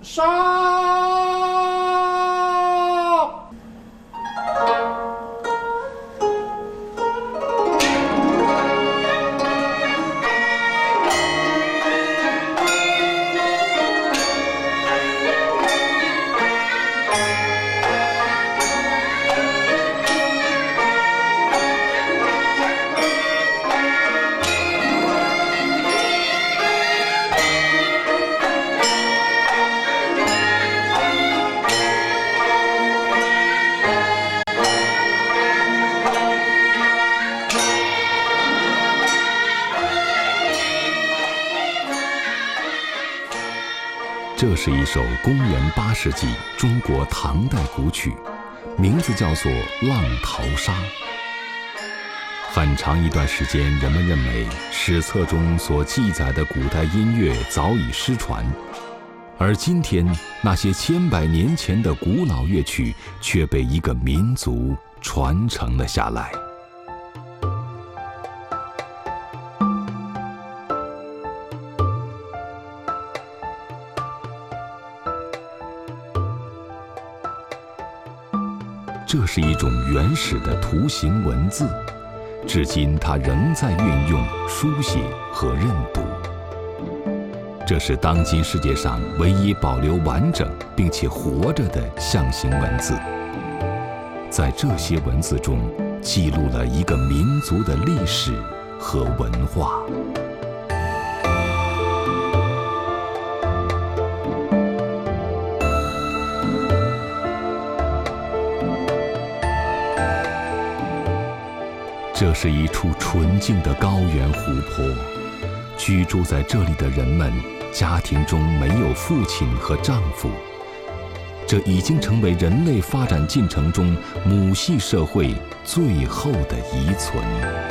上！ 这是一首公元8世纪中国唐代古曲，名字叫做《浪淘沙》。很长一段时间，人们认为史册中所记载的古代音乐早已失传，而今天那些千百年前的古老乐曲却被一个民族传承了下来。这是一种原始的图形文字，至今它仍在运用书写和认读。这是当今世界上唯一保留完整并且活着的象形文字。在这些文字中，记录了一个民族的历史和文化。这是一处纯净的高原湖泊，居住在这里的人们，家庭中没有父亲和丈夫，这已经成为人类发展进程中母系社会最后的遗存。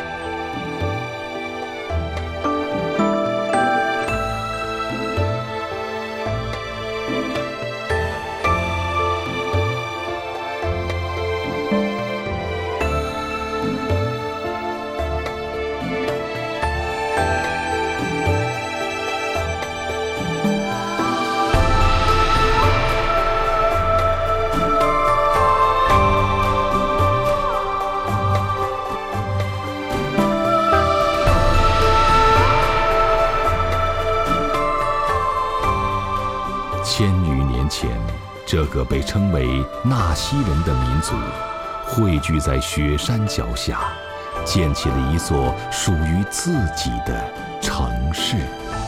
千余年前，这个被称为纳西人的民族汇聚在雪山脚下，建起了一座属于自己的城市。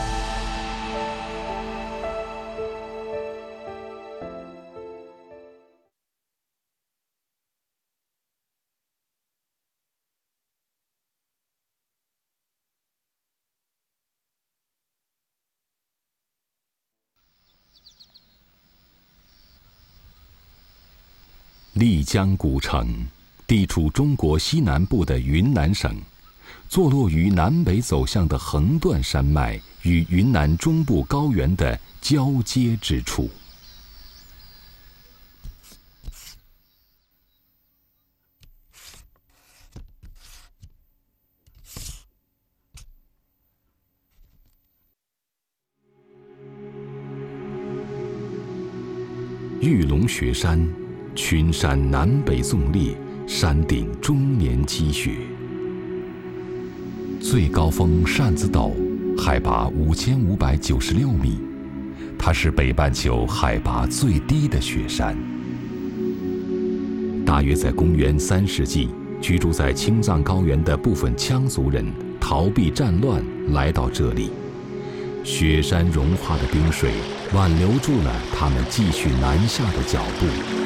丽江古城地处中国西南部的云南省，坐落于南北走向的横断山脉与云南中部高原的交接之处。玉龙雪山，群山南北纵列，山顶终年积雪。最高峰扇子陡，海拔5596米，它是北半球海拔最低的雪山。大约在公元3世纪，居住在青藏高原的部分羌族人逃避战乱，来到这里。雪山融化的冰水挽留住了他们继续南下的脚步。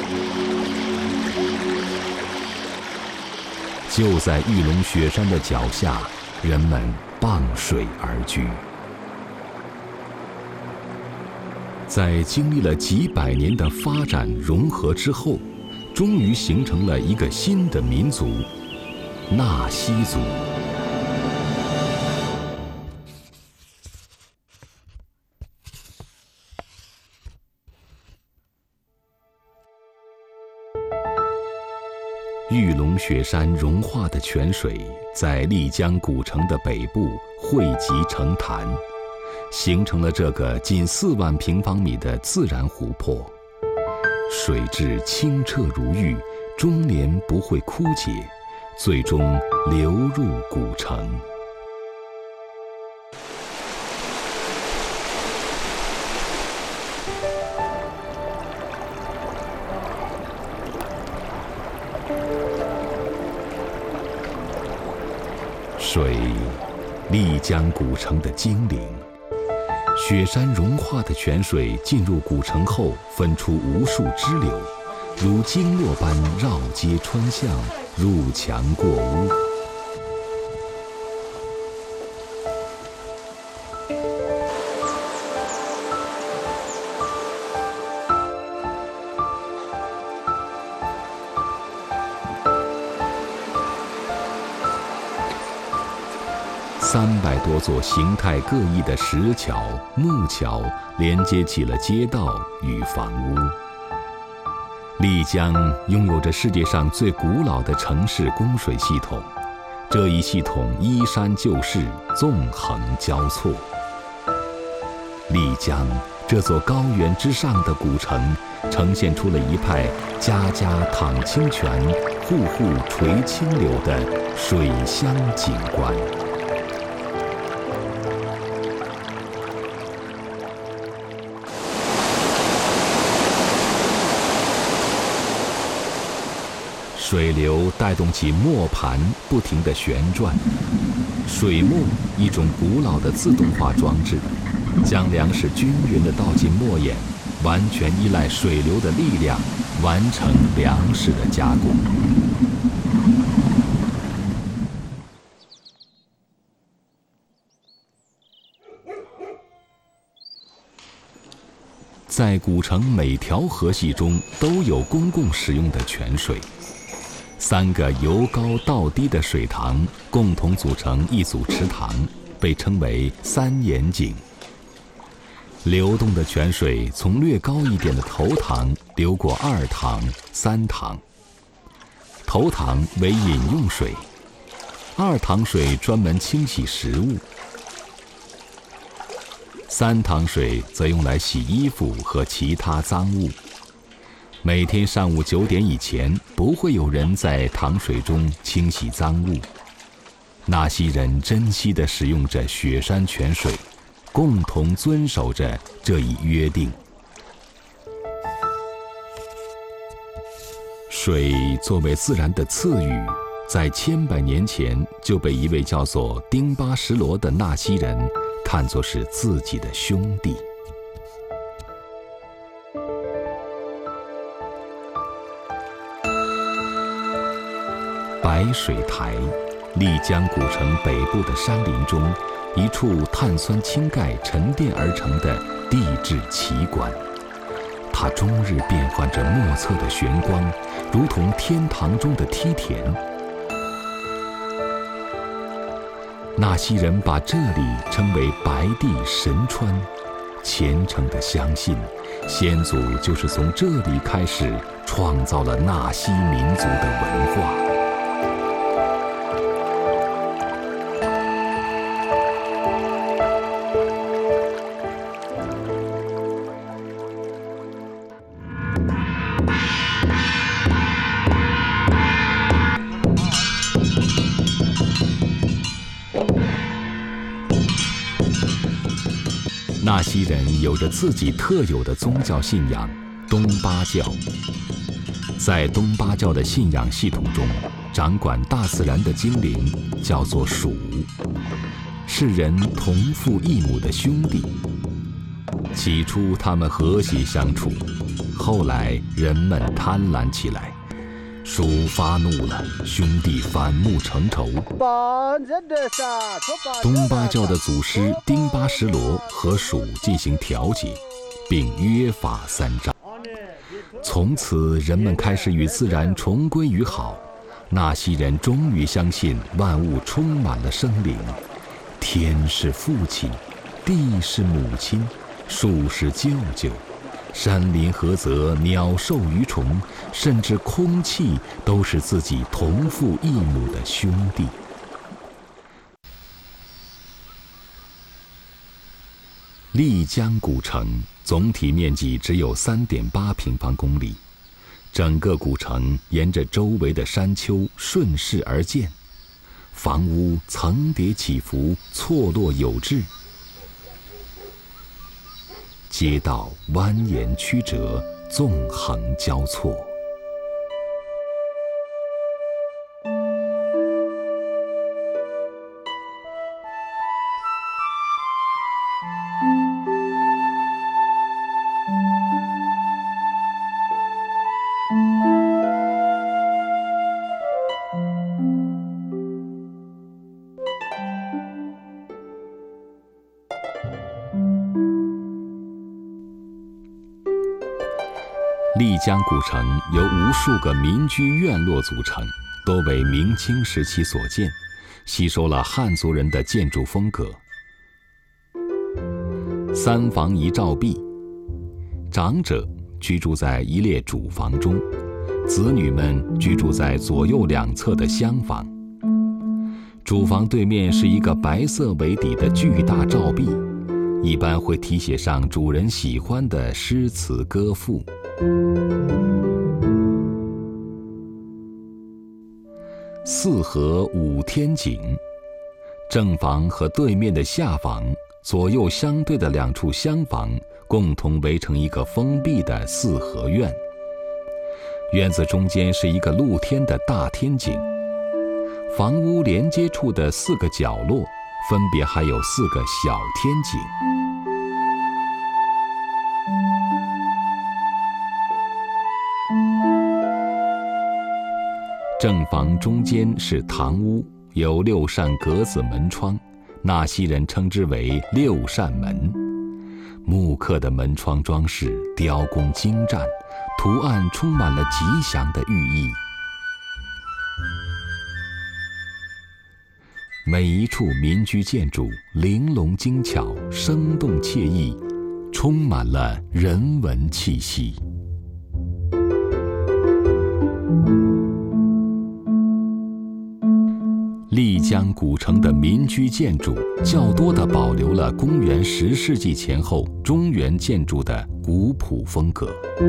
就在玉龙雪山的脚下，人们傍水而居。在经历了几百年的发展融合之后，终于形成了一个新的民族——纳西族。玉龙雪山融化的泉水在丽江古城的北部汇集成潭， 形成了这个近4万平方米的自然湖泊。水质清澈如玉，终年不会枯竭，最终流入古城。水，丽江古城的精灵。雪山融化的泉水进入古城后，分出无数支流，如经络般绕街穿巷，入墙过屋。300多座形态各异的石桥、木桥连接起了街道与房屋。丽江拥有着世界上最古老的城市供水系统，这一系统依山就势，纵横交错。丽江这座高原之上的古城，呈现出了一派家家淌清泉，户户垂清流的水乡景观。水流带动起磨盘不停地旋转，水磨一种古老的自动化装置，将粮食均匀地倒进磨眼，完全依赖水流的力量完成粮食的加工。在古城每条河系中都有公共使用的泉水。3个由高到低的水塘共同组成一组池塘，被称为3眼井。流动的泉水从略高一点的头塘流过2塘、3塘。头塘为饮用水，2塘水专门清洗食物，3塘水则用来洗衣服和其他脏物。每天上午9点以前，不会有人在塘水中清洗脏物。纳西人珍惜地使用着雪山泉水，共同遵守着这一约定。水作为自然的赐予，在千百年前就被一位叫做丁巴什罗的纳西人看作是自己的兄弟。白水台，丽江古城北部的山林中，一处碳酸氢钙沉淀而成的地质奇观。它终日变换着莫测的玄光，如同天堂中的梯田。纳西人把这里称为白地神川，虔诚地相信，先祖就是从这里开始创造了纳西民族的文化。纳西人有着自己特有的宗教信仰——东巴教。在东巴教的信仰系统中，掌管大自然的精灵叫做鼠，是人同父异母的兄弟。起初他们和谐相处，后来人们贪婪起来，鼠发怒了，兄弟反目成仇。东巴教的祖师丁巴什罗和鼠进行调解，并约法3章。从此，人们开始与自然重归于好。纳西人终于相信万物充满了生灵，天是父亲，地是母亲，树是舅舅，山林河泽、鸟兽鱼虫，甚至空气都是自己同父异母的兄弟。 丽江古城总体面积只有3.8平方公里，整个古城沿着周围的山丘顺势而建，房屋层叠起伏，错落有致，街道蜿蜒曲折，纵横交错。丽江古城由无数个民居院落组成，多为明清时期所建，吸收了汉族人的建筑风格。3房1照壁，长者居住在一列主房中，子女们居住在左右两侧的厢房。主房对面是一个白色为底的巨大照壁，一般会题写上主人喜欢的诗词歌赋。4合5天井，正房和对面的下房，左右相对的2处厢房共同围成一个封闭的4合院。院子中间是一个露天的大天井，房屋连接处的4个角落分别还有4个小天井。正房中间是堂屋，有6扇格子门窗，纳西人称之为6扇门。木刻的门窗装饰雕工精湛，图案充满了吉祥的寓意。每一处民居建筑玲珑精巧，生动惬意，充满了人文气息。丽江古城的民居建筑较多地保留了公元10世纪前后中原建筑的古朴风格。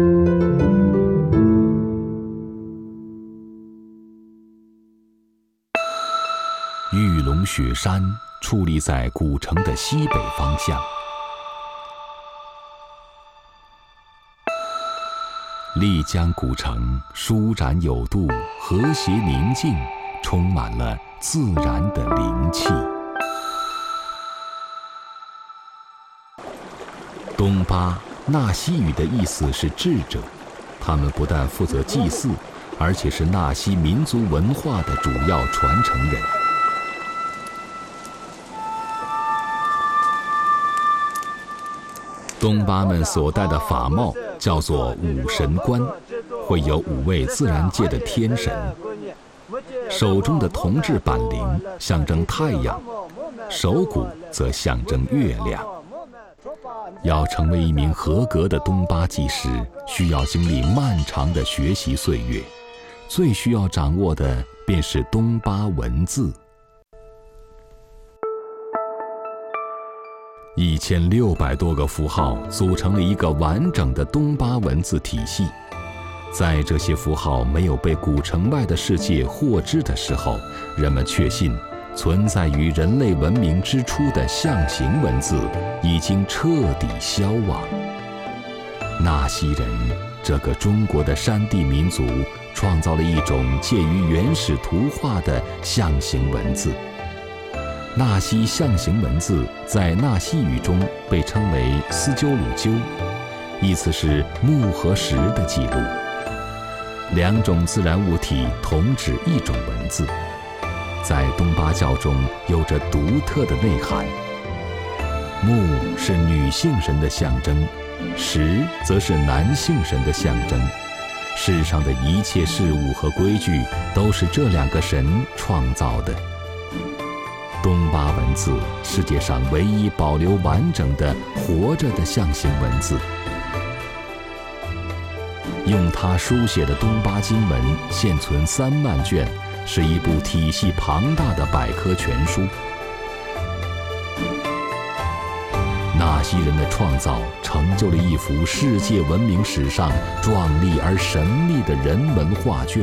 玉龙雪山矗立在古城的西北方向，丽江古城舒展有度，和谐宁静，充满了自然的灵气。东巴纳西语的意思是智者，他们不但负责祭祀，而且是纳西民族文化的主要传承人。东巴们所戴的法帽叫做五神冠，会有5位自然界的天神。手中的铜制板铃象征太阳，手鼓则象征月亮。要成为一名合格的东巴技师，需要经历漫长的学习岁月，最需要掌握的便是东巴文字。1600多个符号组成了一个完整的东巴文字体系。在这些符号没有被古城外的世界获知的时候，人们确信存在于人类文明之初的象形文字已经彻底消亡。纳西人这个中国的山地民族创造了一种介于原始图画的象形文字。纳西象形文字在纳西语中被称为斯鸠鲁鸠，意思是木和石的记录。2种自然物体同指一种文字，在东巴教中有着独特的内涵。木是女性神的象征，石则是男性神的象征。世上的一切事物和规矩都是这2个神创造的。东巴文字，世界上唯一保留完整的活着的象形文字。用它书写的东巴经文现存3万卷，是一部体系庞大的百科全书。纳纳西人的创造成就了一幅世界文明史上壮丽而神秘的人文画卷。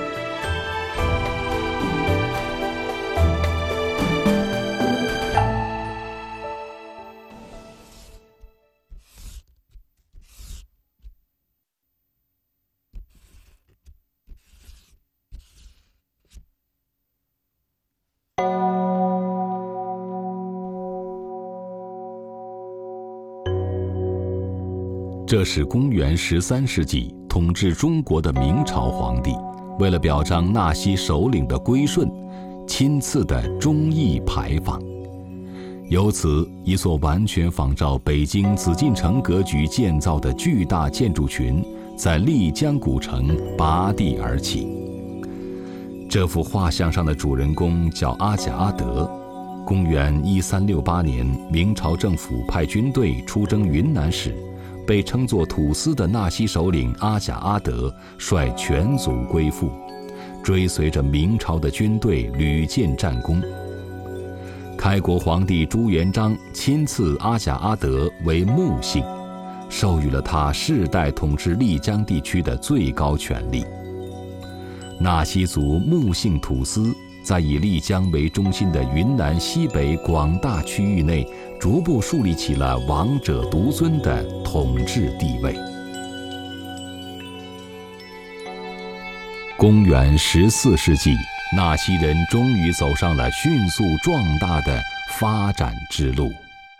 这是公元13世纪统治中国的明朝皇帝，为了表彰纳西首领的归顺，亲赐的忠义牌坊。由此，一座完全仿照北京紫禁城格局建造的巨大建筑群，在丽江古城拔地而起。这幅画像上的主人公叫阿贾阿德。公元1368年，明朝政府派军队出征云南时，被称作土司的纳西首领阿贾阿德率全族归附，追随着明朝的军队屡建战功。开国皇帝朱元璋亲赐阿贾阿德为穆姓，授予了他世代统治丽江地区的最高权力。纳西族穆姓土司在以丽江为中心的云南西北广大区域内，逐步树立起了王者独尊的统治地位。公元14世纪，纳西人终于走上了迅速壮大的发展之路。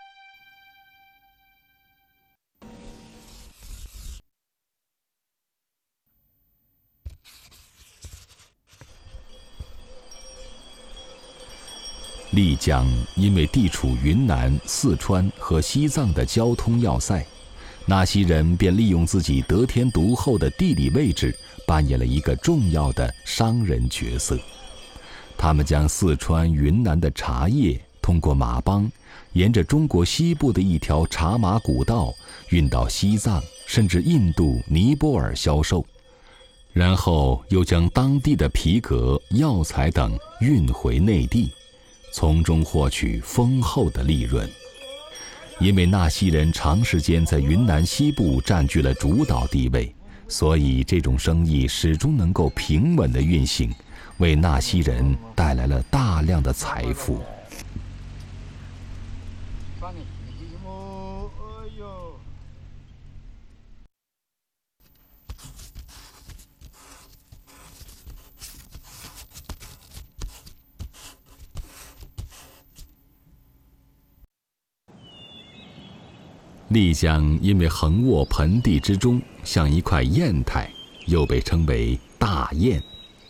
丽江因为地处云南、四川和西藏的交通要塞，纳西人便利用自己得天独厚的地理位置，扮演了一个重要的商人角色。他们将四川、云南的茶叶通过马帮，沿着中国西部的一条茶马古道运到西藏，甚至印度、尼泊尔销售，然后又将当地的皮革、药材等运回内地，从中获取丰厚的利润。因为纳西人长时间在云南西部占据了主导地位，所以这种生意始终能够平稳地运行，为纳西人带来了大量的财富。丽江因为横卧盆地之中，像一块砚台，又被称为大砚。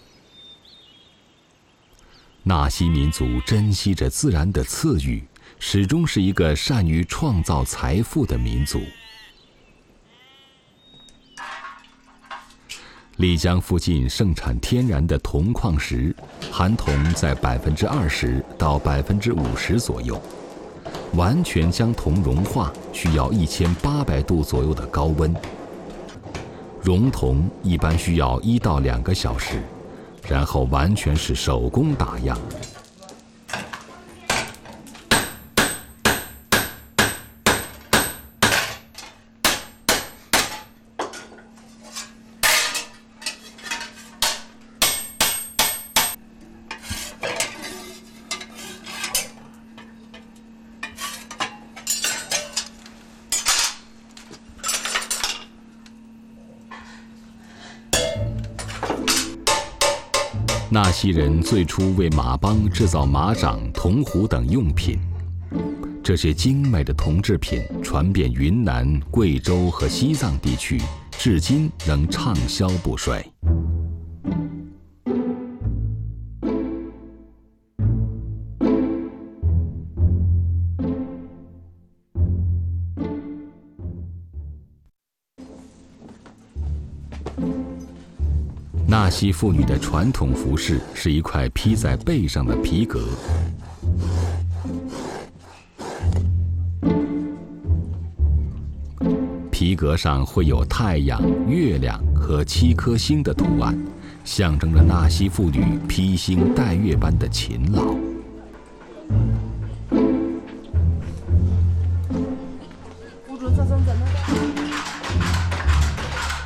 纳西民族珍惜着自然的赐予，始终是一个善于创造财富的民族。丽江附近盛产天然的铜矿石，含铜在20%到50%左右。完全将铜融化需要1800度左右的高温。熔铜一般需要1到2个小时，然后完全是手工打样。纳西人最初为马帮制造马掌、铜壶等用品，这些精美的铜制品传遍云南、贵州和西藏地区，至今仍畅销不衰。纳西妇女的传统服饰是一块披在背上的皮革，皮革上绘有太阳、月亮和7颗星的图案，象征着纳西妇女披星戴月般的勤劳。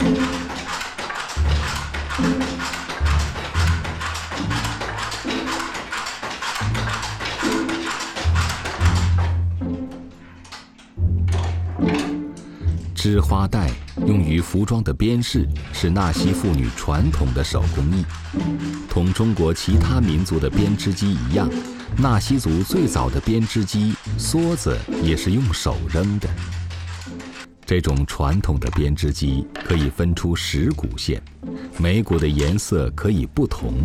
织花带用于服装的边饰是纳西妇女传统的手工艺，同中国其他民族的编织机一样，纳西族最早的编织机梭子也是用手扔的。这种传统的编织机可以分出10股线，每股的颜色可以不同。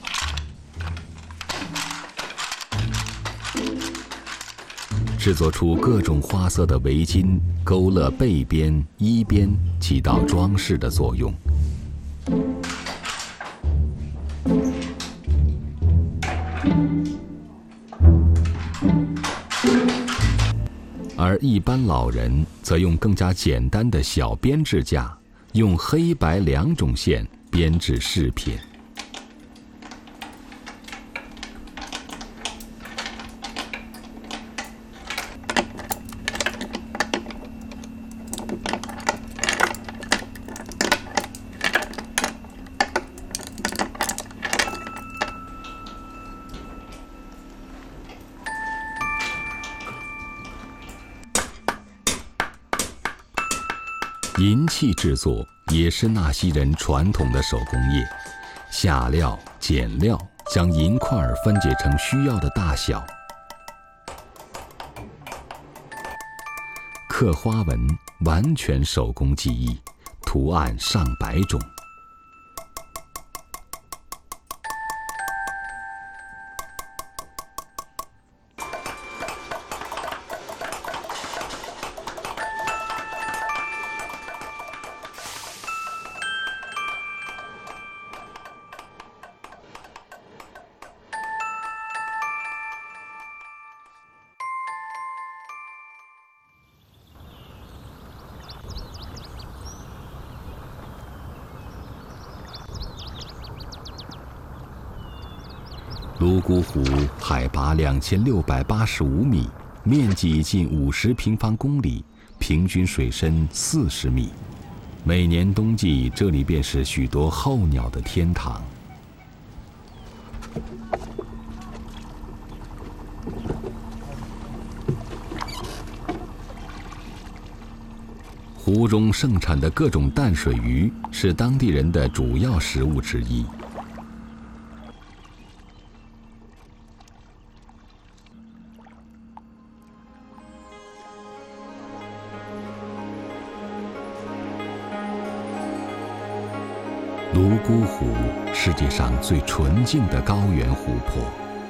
制作出各种花色的围巾，勾勒背边、衣边，起到装饰的作用。而一般老人则用更加简单的小编织架，用黑白2种线编制饰品。银器制作也是纳西人传统的手工业，下料、剪料，将银块分解成需要的大小。刻花纹完全手工技艺，图案上百种。泸沽湖海拔2685米，面积近50平方公里，平均水深40米。每年冬季，这里便是许多候鸟的天堂。湖中盛产的各种淡水鱼是当地人的主要食物之一。泸沽湖，世界上最纯净的高原湖泊。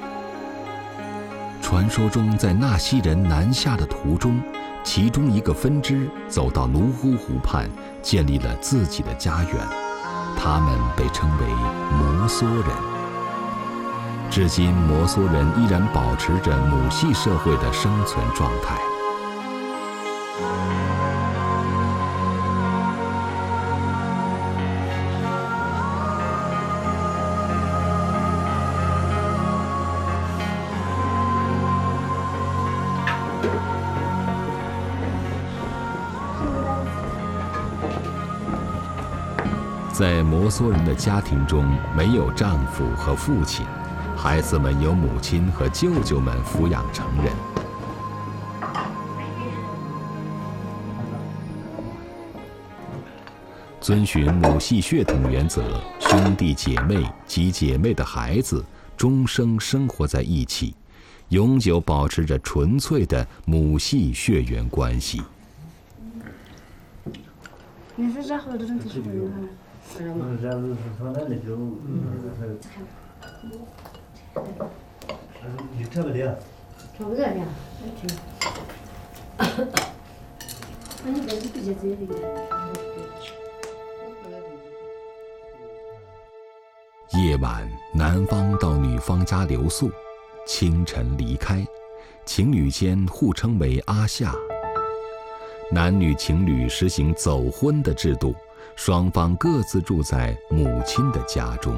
传说中，在纳西人南下的途中，其中一个分支走到泸沽湖畔，建立了自己的家园。他们被称为摩梭人。至今，摩梭人依然保持着母系社会的生存状态。在摩梭人的家庭中，没有丈夫和父亲，孩子们由母亲和舅舅们抚养成人。遵循母系血统原则，兄弟姐妹及姐妹的孩子终生生活在一起，永久保持着纯粹的母系血缘关系。夜晚，男方到女方家留宿，清晨离开，情侣间互称为阿夏。男女情侣实行走婚的制度，双方各自住在母亲的家中。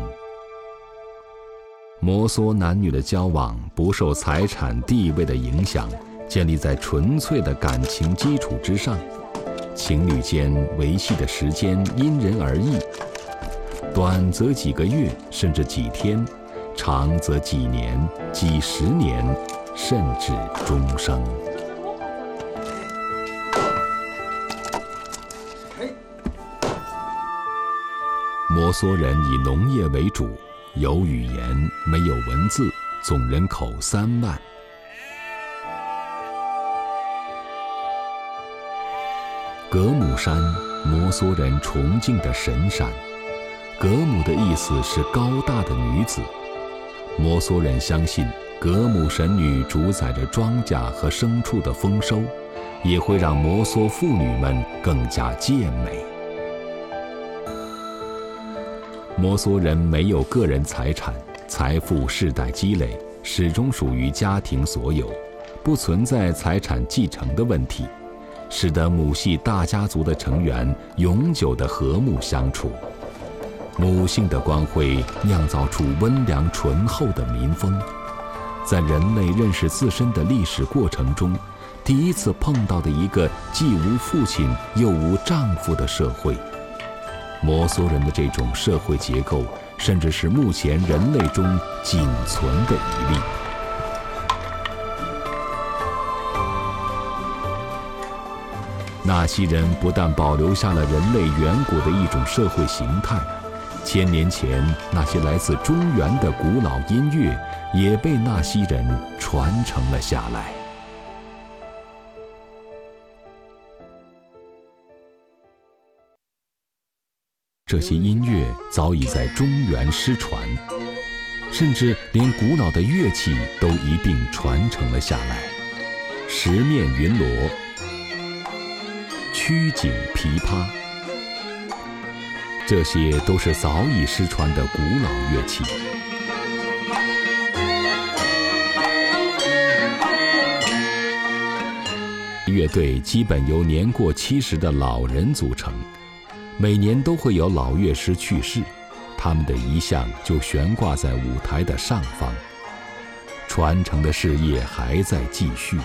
摩梭男女的交往不受财产地位的影响，建立在纯粹的感情基础之上。 情侣间维系的时间因人而异，短则几个月，甚至几天；长则几年、几十年，甚至终生。摩梭人以农业为主，有语言，没有文字，总人口3万。格姆山，摩梭人崇敬的神山。格姆的意思是高大的女子。摩梭人相信，格姆神女主宰着庄稼和牲畜的丰收，也会让摩梭妇女们更加健美。摩梭人没有个人财产，财富世代积累，始终属于家庭所有，不存在财产继承的问题，使得母系大家族的成员永久的和睦相处。母性的光辉酿造出温良醇厚的民风，在人类认识自身的历史过程中，第一次碰到的一个既无父亲又无丈夫的社会。摩梭人的这种社会结构，甚至是目前人类中仅存的一例。纳西人不但保留下了人类远古的一种社会形态，1000年前那些来自中原的古老音乐也被纳西人传承了下来。这些音乐早已在中原失传，甚至连古老的乐器都一并传承了下来。十面云锣、曲颈琵琶，这些都是早已失传的古老乐器。乐队基本由年过70的老人组成，每年都会有老乐师去世，他们的遗像就悬挂在舞台的上方，传承的事业还在继续。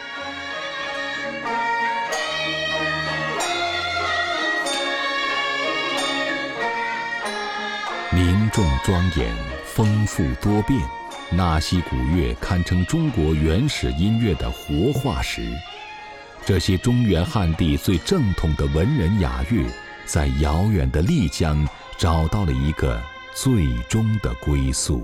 凝重庄严，丰富多变，纳西古乐堪称中国原始音乐的活化石。这些中原汉地最正统的文人雅乐，在遥远的丽江找到了一个最终的归宿。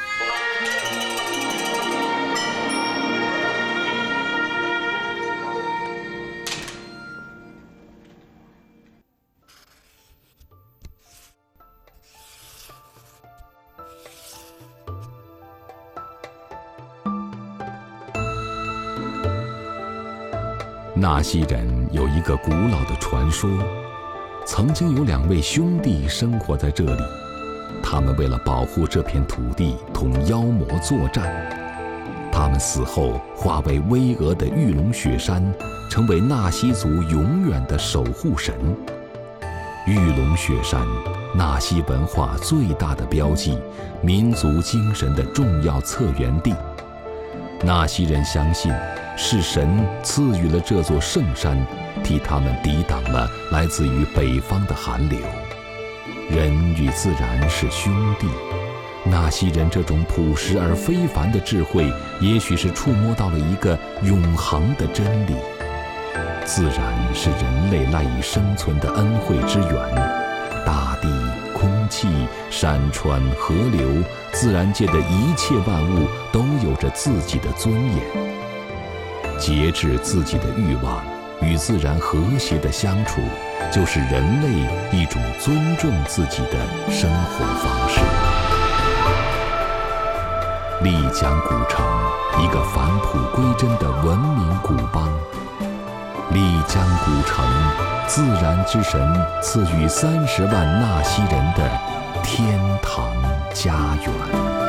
纳西人有一个古老的传说，曾经有2位兄弟生活在这里，他们为了保护这片土地，同妖魔作战。他们死后化为巍峨的玉龙雪山，成为纳西族永远的守护神。玉龙雪山，纳西文化最大的标记，民族精神的重要策源地。纳西人相信，是神赐予了这座圣山，替他们抵挡了来自于北方的寒流。人与自然是兄弟，纳西人这种朴实而非凡的智慧，也许是触摸到了一个永恒的真理：自然是人类赖以生存的恩惠之源，大地、空气、山川、河流，自然界的一切万物都有着自己的尊严。节制自己的欲望，与自然和谐的相处，就是人类一种尊重自己的生活方式。丽江古城，一个返璞归真的文明古邦。丽江古城，自然之神赐予30万纳西人的天堂家园。